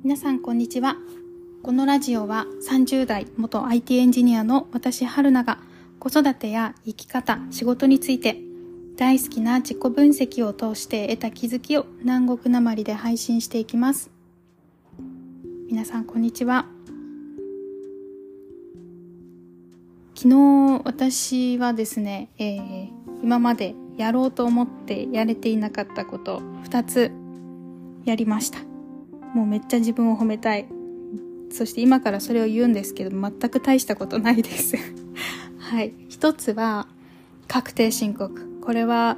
皆さんこんにちは。このラジオは30代元 IT エンジニアの私春菜が子育てや生き方、仕事について大好きな自己分析を通して得た気づきを南国なまりで配信していきます。皆さんこんにちは。昨日私はですね、今までやろうと思ってやれていなかったこと2つやりました。もうめっちゃ自分を褒めたい。そして今からそれを言うんですけど全く大したことないですはい。一つは確定申告。これは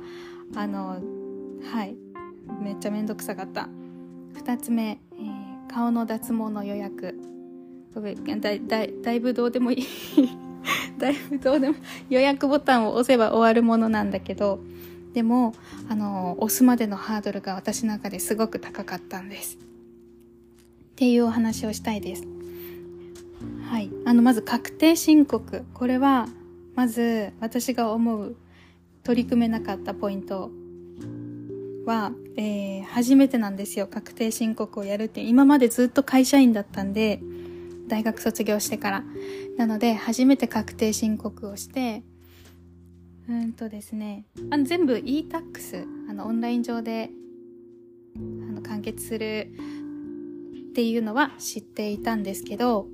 めっちゃめんどくさかった。二つ目、顔の脱毛の予約。だいぶどうでもいいだいぶどうでも予約ボタンを押せば終わるものなんだけど、でも押すまでのハードルが私の中ですごく高かったんですっていうお話をしたいです。はい。まず確定申告。これはまず私が思う取り組めなかったポイントは、初めてなんですよ。確定申告をやるって。今までずっと会社員だったんで、大学卒業してから。なので初めて確定申告をして、ですね、全部 e-tax オンライン上で完結するっていうのは知っていたんですけど、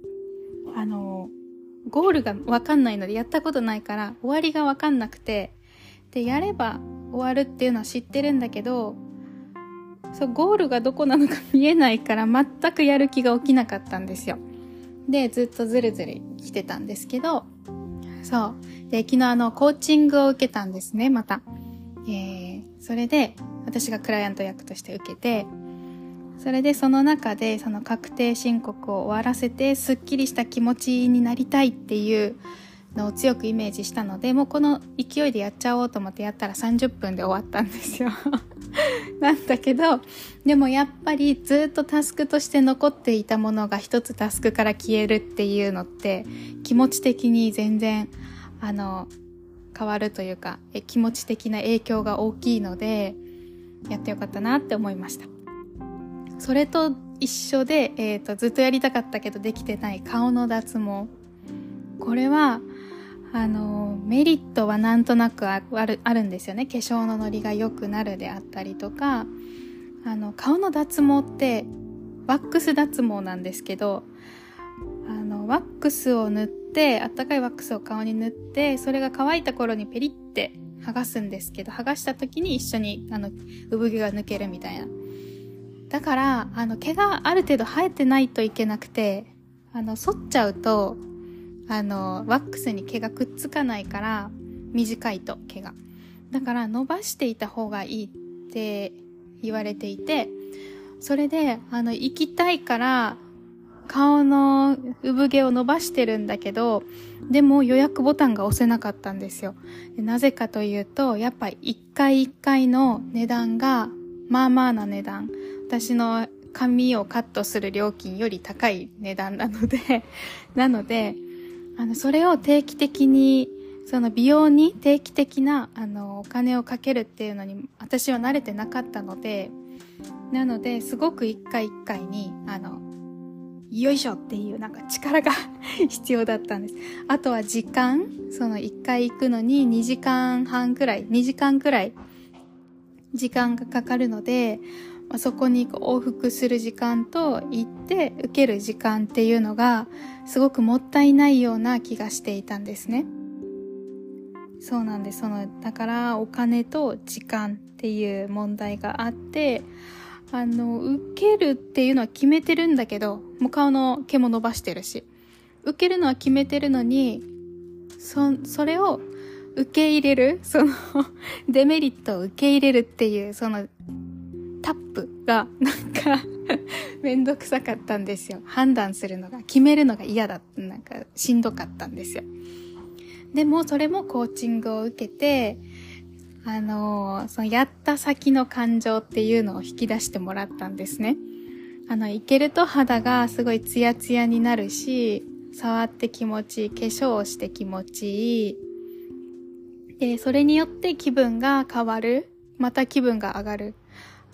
ゴールが分かんないのでやったことないから終わりが分かんなくて、でやれば終わるっていうのは知ってるんだけど、ゴールがどこなのか見えないから全くやる気が起きなかったんですよ。でずっとずるずる来てたんですけど、で昨日コーチングを受けたんですね。また、それで私がクライアント役として受けて、それでその中でその確定申告を終わらせてすっきりした気持ちになりたいっていうのを強くイメージしたので、もうこの勢いでやっちゃおうと思ってやったら30分で終わったんですよなんだけど、でもやっぱりずっとタスクとして残っていたものが一つタスクから消えるっていうのって気持ち的に全然変わるというか、気持ち的な影響が大きいのでやってよかったなって思いました。それと一緒で、ずっとやりたかったけどできてない顔の脱毛。これはメリットはなんとなくあるんですよね。化粧のノリが良くなるであったりとか、顔の脱毛ってワックス脱毛なんですけど、ワックスを塗って、あったかいワックスを顔に塗って、それが乾いた頃にペリって剥がすんですけど、剥がした時に一緒に産毛が抜けるみたいな。だから毛がある程度生えてないといけなくて、剃っちゃうとワックスに毛がくっつかないから、短いと毛がだから伸ばしていた方がいいって言われていて、それで行きたいから顔の産毛を伸ばしてるんだけど、でも予約ボタンが押せなかったんですよ。でなぜかというと、やっぱり一回一回の値段がまあまあな値段、私の髪をカットする料金より高い値段なのでそれを定期的に、その美容に定期的なお金をかけるっていうのに私は慣れてなかったので、すごく一回一回によいしょっていう力が必要だったんです。あとは時間、その一回行くのに2時間くらい時間がかかるので、そこに往復する時間と行って受ける時間っていうのがすごくもったいないような気がしていたんですね。そうなんです。だからお金と時間っていう問題があって、受けるっていうのは決めてるんだけど、もう顔の毛も伸ばしてるし、受けるのは決めてるのに、それを受け入れる、デメリットを受け入れるっていうタップがめんどくさかったんですよ。判断するのが、決めるのが嫌だって、しんどかったんですよ。でもそれもコーチングを受けて、やった先の感情っていうのを引き出してもらったんですね。いけると肌がすごいツヤツヤになるし、触って気持ちいい、化粧をして気持ちいい。で、それによって気分が変わる。また気分が上がる。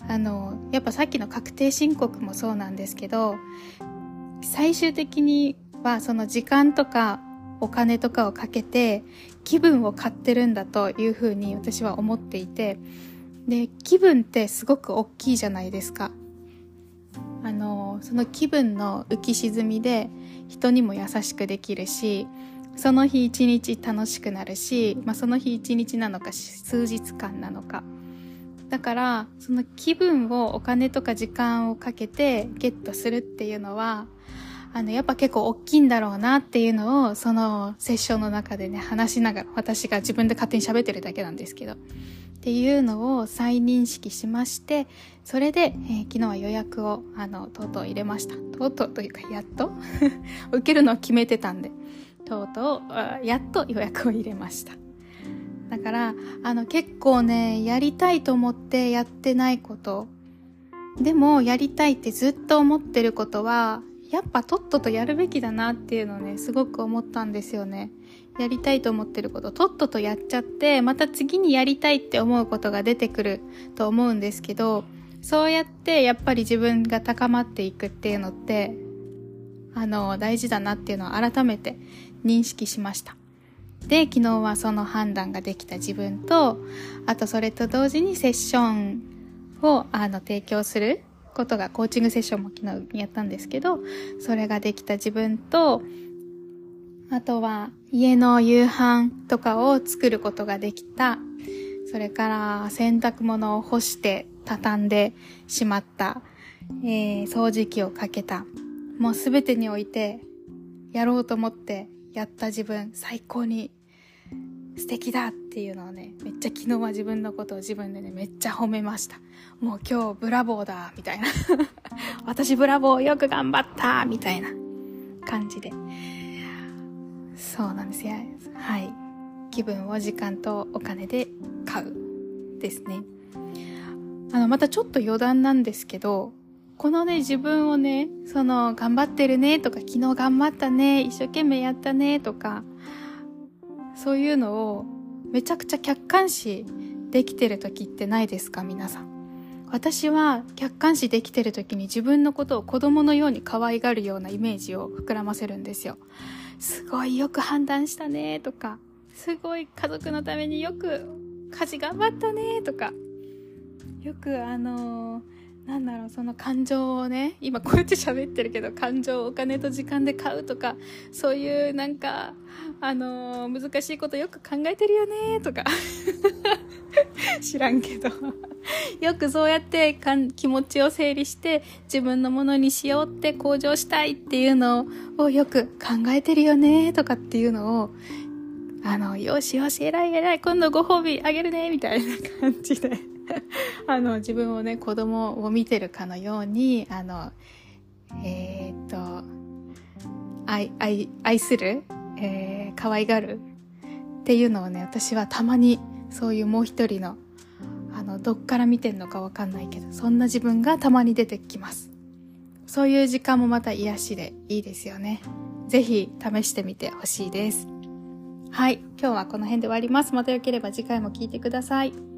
やっぱさっきの確定申告もそうなんですけど、最終的にはその時間とかお金とかをかけて気分を買ってるんだというふうに私は思っていて、で、気分ってすごく大きいじゃないですか。その気分の浮き沈みで人にも優しくできるし、その日一日楽しくなるし、その日一日なのか数日間なのか。だからその気分をお金とか時間をかけてゲットするっていうのはやっぱ結構大きいんだろうなっていうのをそのセッションの中でね話しながら、私が自分で勝手に喋ってるだけなんですけどっていうのを再認識しまして、それで、昨日は予約をとうとう入れました。とうとうというかやっと受けるのを決めてたんで、とうとうやっと予約を入れました。だから結構ね、やりたいと思ってやってないこと、でもやりたいってずっと思ってることはやっぱとっととやるべきだなっていうのをねすごく思ったんですよね。やりたいと思ってることとっととやっちゃって、また次にやりたいって思うことが出てくると思うんですけど、そうやってやっぱり自分が高まっていくっていうのって大事だなっていうのを改めて認識しました。で、昨日はその判断ができた自分と、あとそれと同時にセッションを提供することが、コーチングセッションも昨日やったんですけど、それができた自分と、あとは家の夕飯とかを作ることができた、それから洗濯物を干して畳んでしまった、掃除機をかけた、もうすべてにおいてやろうと思ってやった自分、最高に素敵だっていうのをね、めっちゃ昨日は自分のことを自分でねめっちゃ褒めました。もう今日ブラボーだみたいな私ブラボー、よく頑張ったみたいな感じで、そうなんですよ。はい、気分を時間とお金で買うですね。またちょっと余談なんですけど、このね自分をね、頑張ってるねとか、昨日頑張ったね、一生懸命やったねとか、そういうのをめちゃくちゃ客観視できてる時ってないですか、皆さん。私は客観視できてる時に自分のことを子供のように可愛がるようなイメージを膨らませるんですよ。すごいよく判断したねとか、すごい家族のためによく家事頑張ったねとか、よくその感情をね、今こうやって喋ってるけど、感情をお金と時間で買うとか、そういう難しいことよく考えてるよねとか知らんけどよくそうやって気持ちを整理して自分のものにしようって向上したいっていうのをよく考えてるよねとかっていうのをよしよし偉い偉い今度ご褒美あげるねみたいな感じで自分をね子供を見てるかのように愛する、可愛がるっていうのをね私はたまにそういうもう一人のどっから見てんのかわかんないけどそんな自分がたまに出てきます。そういう時間もまた癒しでいいですよね。ぜひ試してみてほしいです。はい、今日はこの辺で終わります。またよければ次回も聞いてください。